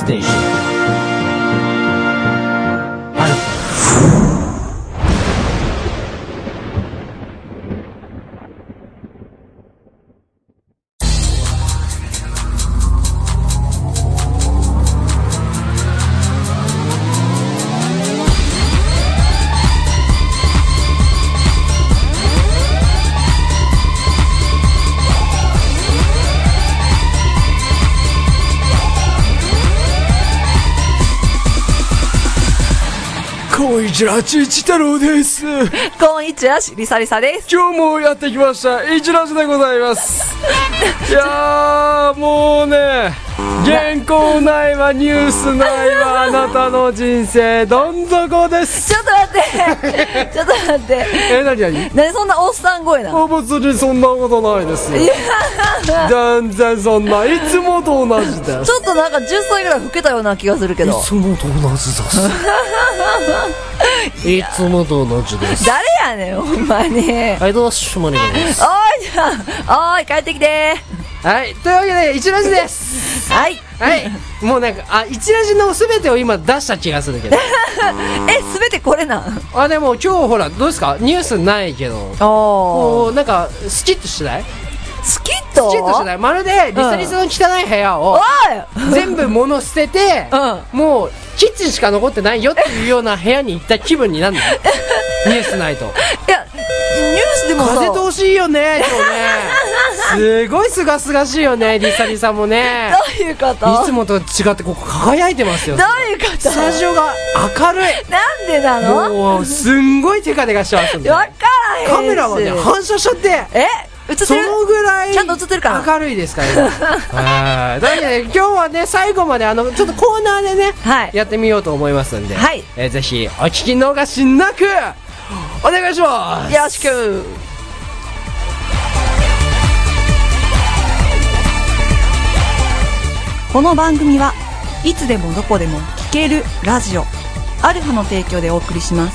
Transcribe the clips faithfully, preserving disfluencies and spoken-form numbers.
Station. Alpha. こんにちは、ちちたろうです。 こんにちは、りさりさです。 今日もやってきました、いちラジでございます。いやー、もうね、原稿ないわ、ニュースないわ、あなたの人生どん底です。 ちょっと待ってちょっと待ってえ、なになになにそんなおっさん声なの？ 別にそんなことないですよ。いや全然そんな、いつもと同じです。 ちょっとなんかじゅっさいぐらい老けたような気がするけど。 いつもと同じですいつもと同じです。 誰やねんほんまに。 はい、どうしようもないです。 おーいじゃあ、おーい帰ってきてー。はい、というわけでいちラジですはいはいもうなんか、あ、いちラジのすべてを今出した気がするけどえ、すべてこれなんあ、でも今日ほら、どうですか、ニュースないけど、こうなんかスキッとしてない？ スキッとスキッとしてない？まるでリサリスの汚い部屋を全部物捨てて、うん、もうキッチンしか残ってないよっていうような部屋に行った気分になるのニュースないと。 いや、ニュースでもさ、 風通しいいよね今日ねすごいすがすがしいよね、リサリさんもね。 どういうこと？ いつもと違ってここ輝いてますよ。 どういうこと？ スタジオが明るい。 なんでなの？ もうすんごいテカテカしてますんで。 わからへんし。 カメラはね反射しちゃって、 え映ってる？ そのぐらいちゃんと映ってるかな明るいですからねはい。というわけで今日はね、最後まであのちょっとコーナーでね、はい、やってみようと思いますんで、はい、えー、ぜひお聞き逃しなくお願いします。 よろしく。この番組はいつでもどこでも聞けるラジオアルファの提供でお送りします。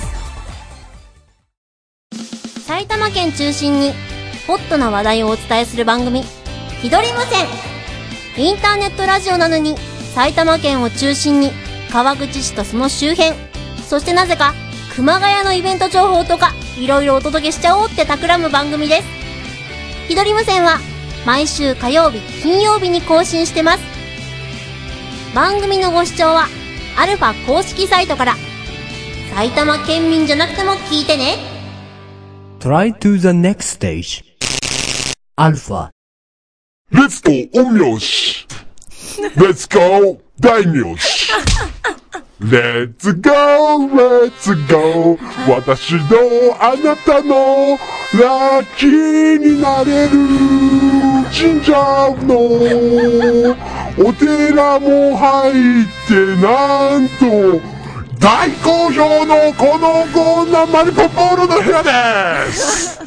埼玉県中心にホットな話題をお伝えする番組、ひどり無線。インターネットラジオなのに埼玉県を中心に川口市とその周辺、そしてなぜか熊谷のイベント情報とかいろいろお届けしちゃおうって企む番組です。ひどり無線は毎週火曜日金曜日に更新してます。番組のご視聴はアルファ公式サイトから。埼玉県民じゃなくても聞いてね。 Try to the next stage. Alpha. Let's go 陰陽師 Let's go 大名師 Let's go Let's go 私のあなたのラッキーになれる神社のお寺も入ってなんと大好評のこのこんなマリコポールの部屋です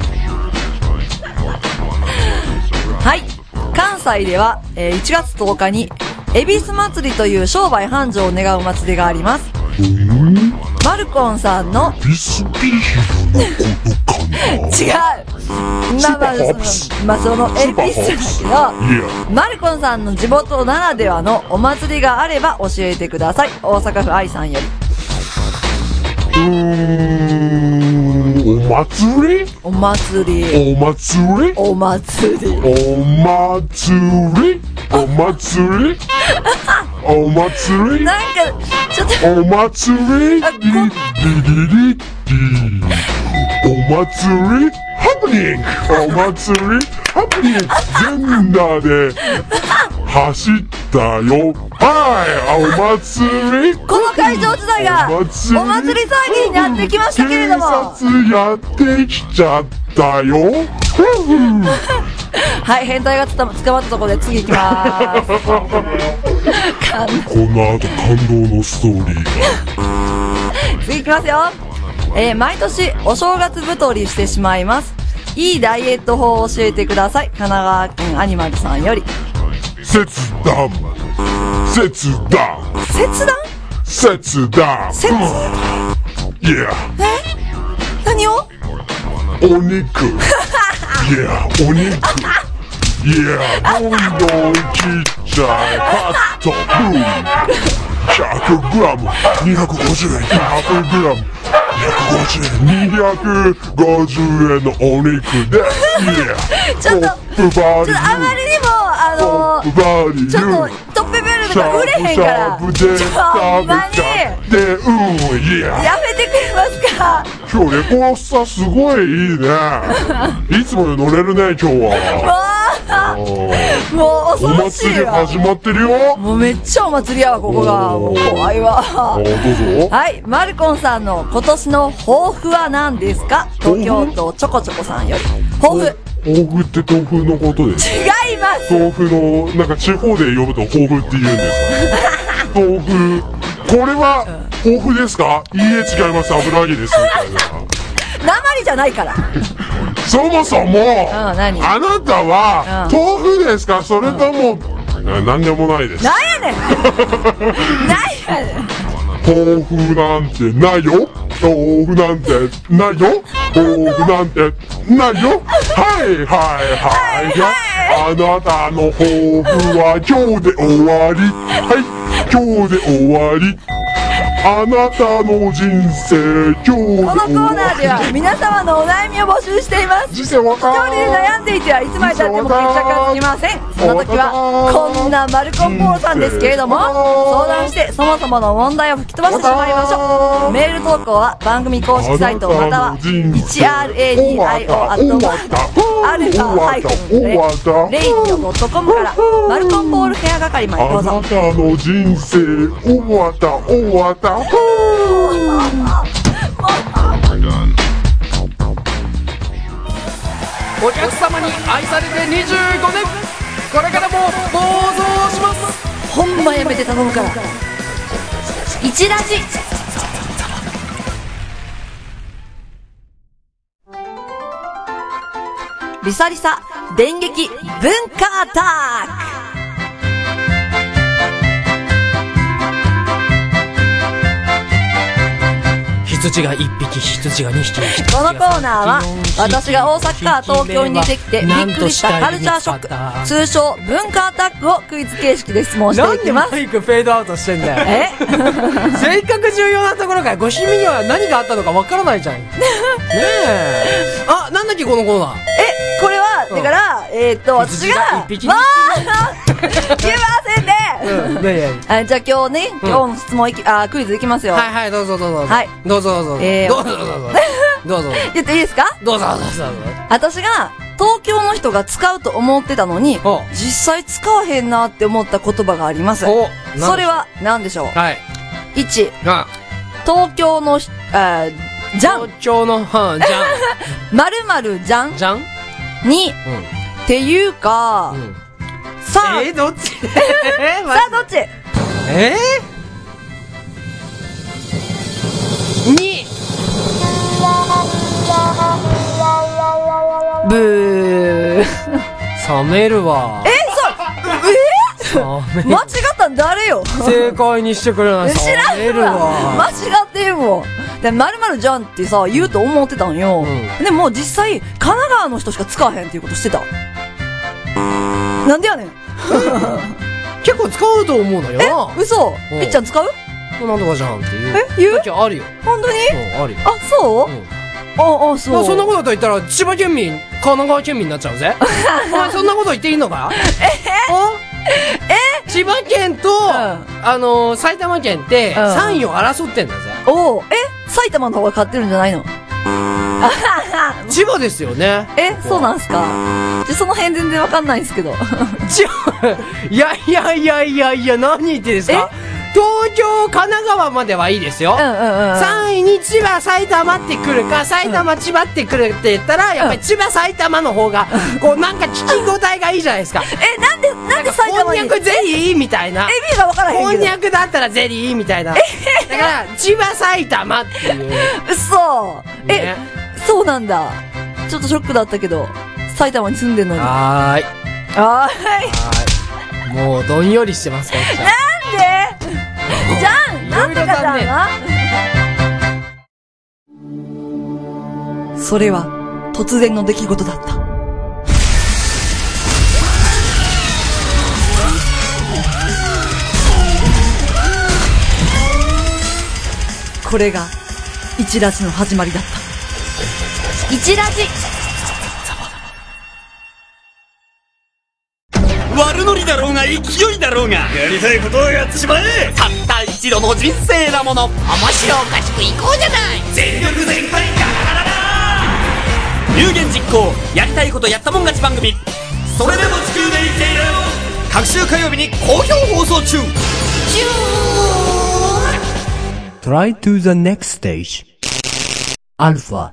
はい、関西では、えー、いちがつとおかに恵比寿祭りという商売繁盛を願う祭りがあります。マルコンさんのビスビールのことかな。 違う、まあまあその、まあ、その恵比寿だけど、マルコンさんの地元ならではのお祭りがあれば教えてください。大阪府愛さんより。 うーん、お祭りお祭りお祭りお祭りお祭りお祭りお祭りなんかちょっとお祭りリリリリリお祭りハプニングお祭りハプニング全裸で走ったよ。はい、お祭りこの会場自体がお祭り騒ぎになってきましたけれども、 警察やってきちゃったよはい、変態が捕まったところで次行きまーすこの後感動のストーリーが次行きますよ。えー、毎年お正月太りしてしまいます。いいダイエット法を教えてください。神奈川県アニマルさんより。 切断切断切断切断切 Yeah え何をお肉 Yeah お肉いや、どんどんちっちゃいカットブーム。ひゃくグラム、にひゃくごじゅうえん、ひゃくグラム、にひゃくごじゅうえん、にひゃくごじゅうえんのお肉です。 ちょっと、 トップバちょっとリュあまりにも、あのトップバリュちょっと、トップベルとか売れへんから。 しゃぶしゃぶでちょ、ほんまに。 食べちゃって、うん、いや。 やめてくれますか？ 今日レコスタすごいいいね。いつもより乗れるね、今日は。 もう、もう恐おろし祭りいわ。 始まってるよ。 もうめっちゃお祭りやわ、ここが。もう怖いわ。 おどうぞ。 はい、マルコンさんの今年の抱負は何ですか？東京都ちょこちょこさんより。抱負。 抱負って豆腐のことです。 違います豆腐の、なんか地方で呼ぶと抱負って言うんですか？豆腐。これは、抱負ですか？いいえ、違います。油揚げです。みたいな。 鉛じゃないから。 そもそも、 うん、何？ あなたは、 うん豆腐ですか？それとも、ななんでもないです。 なんやねんなんやねん豆腐なんてないよ。豆腐なんてないよ。豆腐なんてないよ。はいはいはいはい。あなたの抱負は今日で終わり。はい、今日で終わり。あなたの人生今日で終わり。 このコーナーでは皆様のお悩みを募集しています。 人生わか一人で悩んでいてはいつまでたっても決着がつきません。その時はこんなマルコンポールさんですけれども、相談してそもそもの問題を吹き飛ばしてしまいましょう。メール投稿は番組公式サイトまたは いちアールエーディーアイオー アットマークアルファハイフンレイディオドットコムからマルコンポールケア係までどうぞ。 あなたの人生終わった終わった。 お客様に愛されてにじゅうごねん、これからも暴走します。 ほんまやめて頼むから。一ラジリサリサ電撃文化アタック。 羊が一匹、羊が二匹。 このコーナーは私が大阪から東京に出てきてびっくりしたカルチャーショック、通称文化アタックをクイズ形式で質問していきます。 なんでマイクフェードアウトしてんだよ。 えせっかく重要なところからごしみには何があったのかわからないじゃん。ねえ。あ、なんだっけこのコーナー。 え、これは、だから、えーっと、私羊がが、 一匹まあ、言えませんね。 うん、ねえ。 あ、じゃあ今日ね、今日の質問いき、あ、クイズいきますよ。 はいはい、どうぞどうぞ。 はい。 どうぞどうぞ。 えーどうぞどうぞ。どうぞ。 言っていいですか？ どうぞどうぞどうぞ。 私が、東京の人が使うと思ってたのにお、 実際使わへんなって思った言葉があります。 お、 それは何でしょう？ はい。 いち、 あ、 東京のひ、あーじゃん。 東京の、はん、じゃまるまるじゃん。 ん。じゃん。うん。 に、っていうか、 うん。 さあ、 えー、どっちえー、 さあどっち？ えー、に、 ブー。 冷めるわ。 え、そう、え冷め間違ったん誰よ？ 正解にしてくれない。 知ら冷めるんわ。間わ。 違ってるもん。で、まるまるじゃんってさ、言うと思ってたんよ。 うでも実際、神奈川の人しか使わへんっていうことしてた。なんでやねん。 結構使うと思うのよな。 嘘？ うんみっちゃん使う？ なんとかじゃんっていう。 え言う時あるよ。 本当に？ うん、あるよ。 あ、そう？ うん。 あ、あ、そう。 まあそんなことだと言ったら、千葉県民、神奈川県民になっちゃうぜ。お前そんなこと言っていいのか？ええ千葉県と、あのー、埼玉県って、さんいを争ってんだぜ。 おう、え、埼玉の方が勝ってるんじゃないの？ 千葉ですよね。 え、そうなんすか？じゃ、その辺全然わかんないんすけど。 千葉、いやいやいやいやいや、何言ってんですか？東京、神奈川まではいいですよ。 うんうんうん。 さんいに千葉、埼玉って来るか、埼玉、千葉って来るって言ったら、やっぱり千葉、埼玉の方が、こうなんか聞き応えがいいじゃないですか。 え、なんで、なんで埼玉に？ こんにゃくゼリーみたいな。 意味がわからへんけど。 こんにゃくだったらゼリーみたいな。だから、千葉、埼玉っていう。 嘘。え、 ね、 そうなんだ。ちょっとショックだったけど、埼玉に住んでんのに。 はーい。 はーい。 はーい。もう、どんよりしてます、こっちは。 なんでじゃんなんとかじゃんな。それは突然の出来事だった。 これが一ラジの始まりだった。一ラジ。 悪ノリだろうが勢いだろうがやりたいことをやってしまえ。たった一度の人生なもの、面白おかしくいこうじゃない。全力全開ガラガララ有言実行、やりたいことやったもん勝ち番組。それでも地球で生きている。各週火曜日に好評放送中。 Try to the next stage. Alpha.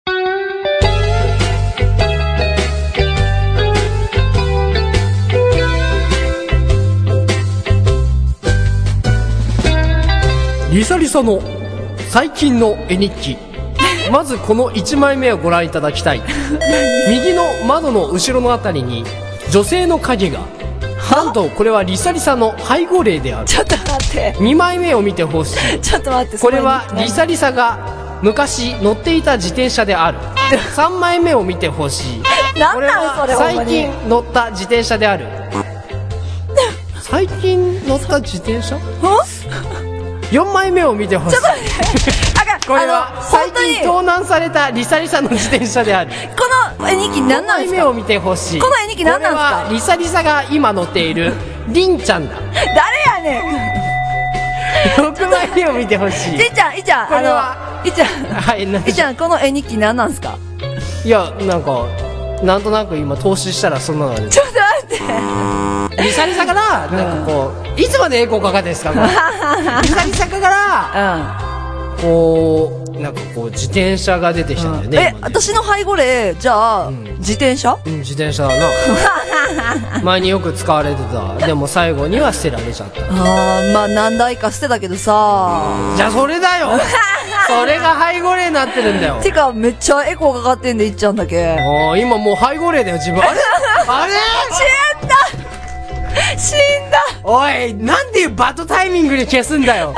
リサリサの最近の絵日記。まずこのいちまいめをご覧いただきたい。右の窓の後ろのあたりに女性の影が。なんとこれはリサリサの背後霊である。 ちょっと待って。 にまいめを見てほしい。 ちょっと待って。 これはリサリサが昔乗っていた自転車である。さんまいめを見てほしい。 なんなんそれ。 これは最近乗った自転車である。最近乗った自転車？よんまいめを見てほしい。これは最近盗難されたリサリサの自転車である。 この絵日記何なんですか？ よんまいめを見てほしい。 この絵日記何なんですか？ これはリサリサが今乗っているリンちゃんだ。 誰やねん。ろくまいめを見てほしい。 いちゃん、いちゃん、 これはあのいちゃん、 はい、 いちゃん、この絵日記何なんですか？ いや、なんかなんとなく今投資したらそんなので。 ちょっと待って。 リサリサからなんかこう、いつまでエコーかかってんですかこれ。リサリサから、うん、こうなんかこう自転車が出てきたんだよね。 うん、え、私の背後霊じゃあ、うん、自転車？ うん、自転車だな。前によく使われてた。でも最後には捨てられちゃった。 あー、まあ何台か捨てたけどさ。 じゃあそれだよ。それが背後霊になってるんだよ。 てかめっちゃエコーかかってんでいっちゃうんだけ。 ああ、今もう背後霊だよ自分。あれあれ死んだ死んだ。 おい、なんでバッドタイミングで消すんだよ。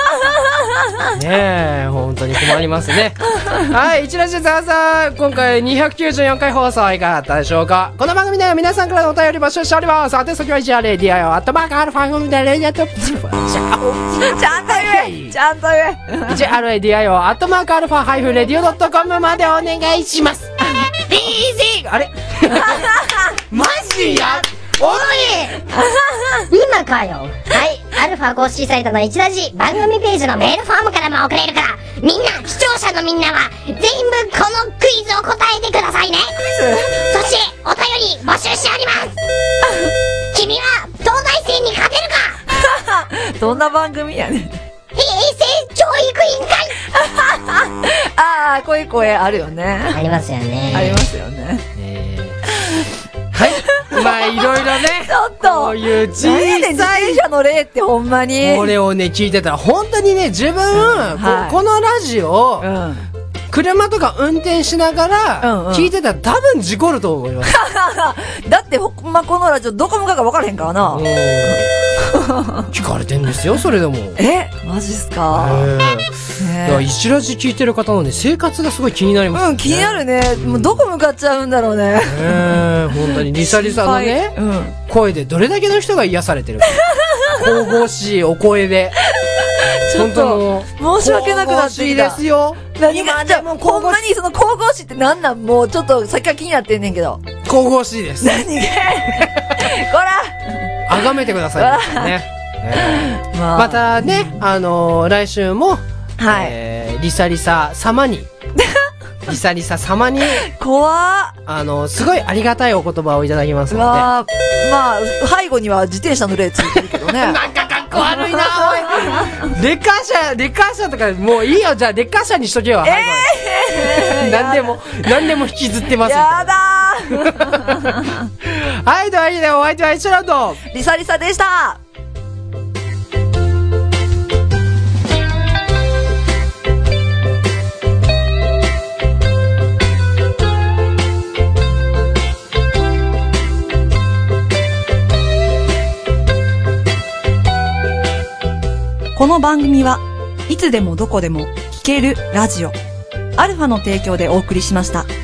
ねえ、本当に困りますね。はい、一ラジザーザー、今回にひゃくきゅうじゅうよんかい放送いかがだったでしょうか。この番組では皆さんからのお便り募集しております。宛先は イージーアールエーディーアイオー アットマークアルファフムでレイヤートちゃんと言えちゃんと言え イージーアールエーディーアイオー アットマークアルファハイフンレディオドットコムまでお願いします。ビージーあれマジやおい今かよ。はい、アルファ公式サイトの一ラジ番組ページのメールフォームからも送れるから、みんな、視聴者のみんなは全部このクイズを答えてくださいね。そしてお便り募集しております。君は東大生に勝てるかどんな番組やねん。 平成教育委員会ああ、こういう声あるよね。 ありますよね。 ありますよね。 えー、はい。まあいろいろね。 ちょっとこういう小さい自転車の例ってほんまに。 これをね聞いてたら本当にね自分、うんはい、こ, このラジオ、うん、車とか運転しながら聞いてたら多分事故ると思います。 だってほんまこのラジオどこ向かうか分からへんからな。 聞かれてんですよそれでも。 えマジっすか。 だから一ラジ聞いてる方のね生活がすごい気になりますね。 うん気になるね、うん、もうどこ向かっちゃうんだろうね。 え本当にリサリサのね、うん、声でどれだけの人が癒されてるか。神々しいお声でちょっと申し訳なくなってきた。 いいですよ。 何がじゃあもうほんまにその神々しいってなんなん。もうちょっとさっきから気になってんねんけど。 神々しいです。 何がこらあがめてくださいね。えーまあ、またね、あのー、来週も、はいえー、リサリサ様にリサリサ様に怖っあのー、すごいありがたいお言葉をいただきますので、 まあ、まあ背後には自転車の例ついてるけどね。 なんかかっこ悪いなおい。レッカー車レッカー車とかもういいよ。じゃあレッカー車にしとけよ。えー、何でも何でも引きずってます。 やだー。はい、というわけでお相手は一郎とリサリサでした。この番組はいつでもどこでも聴けるラジオアルファの提供でお送りしました。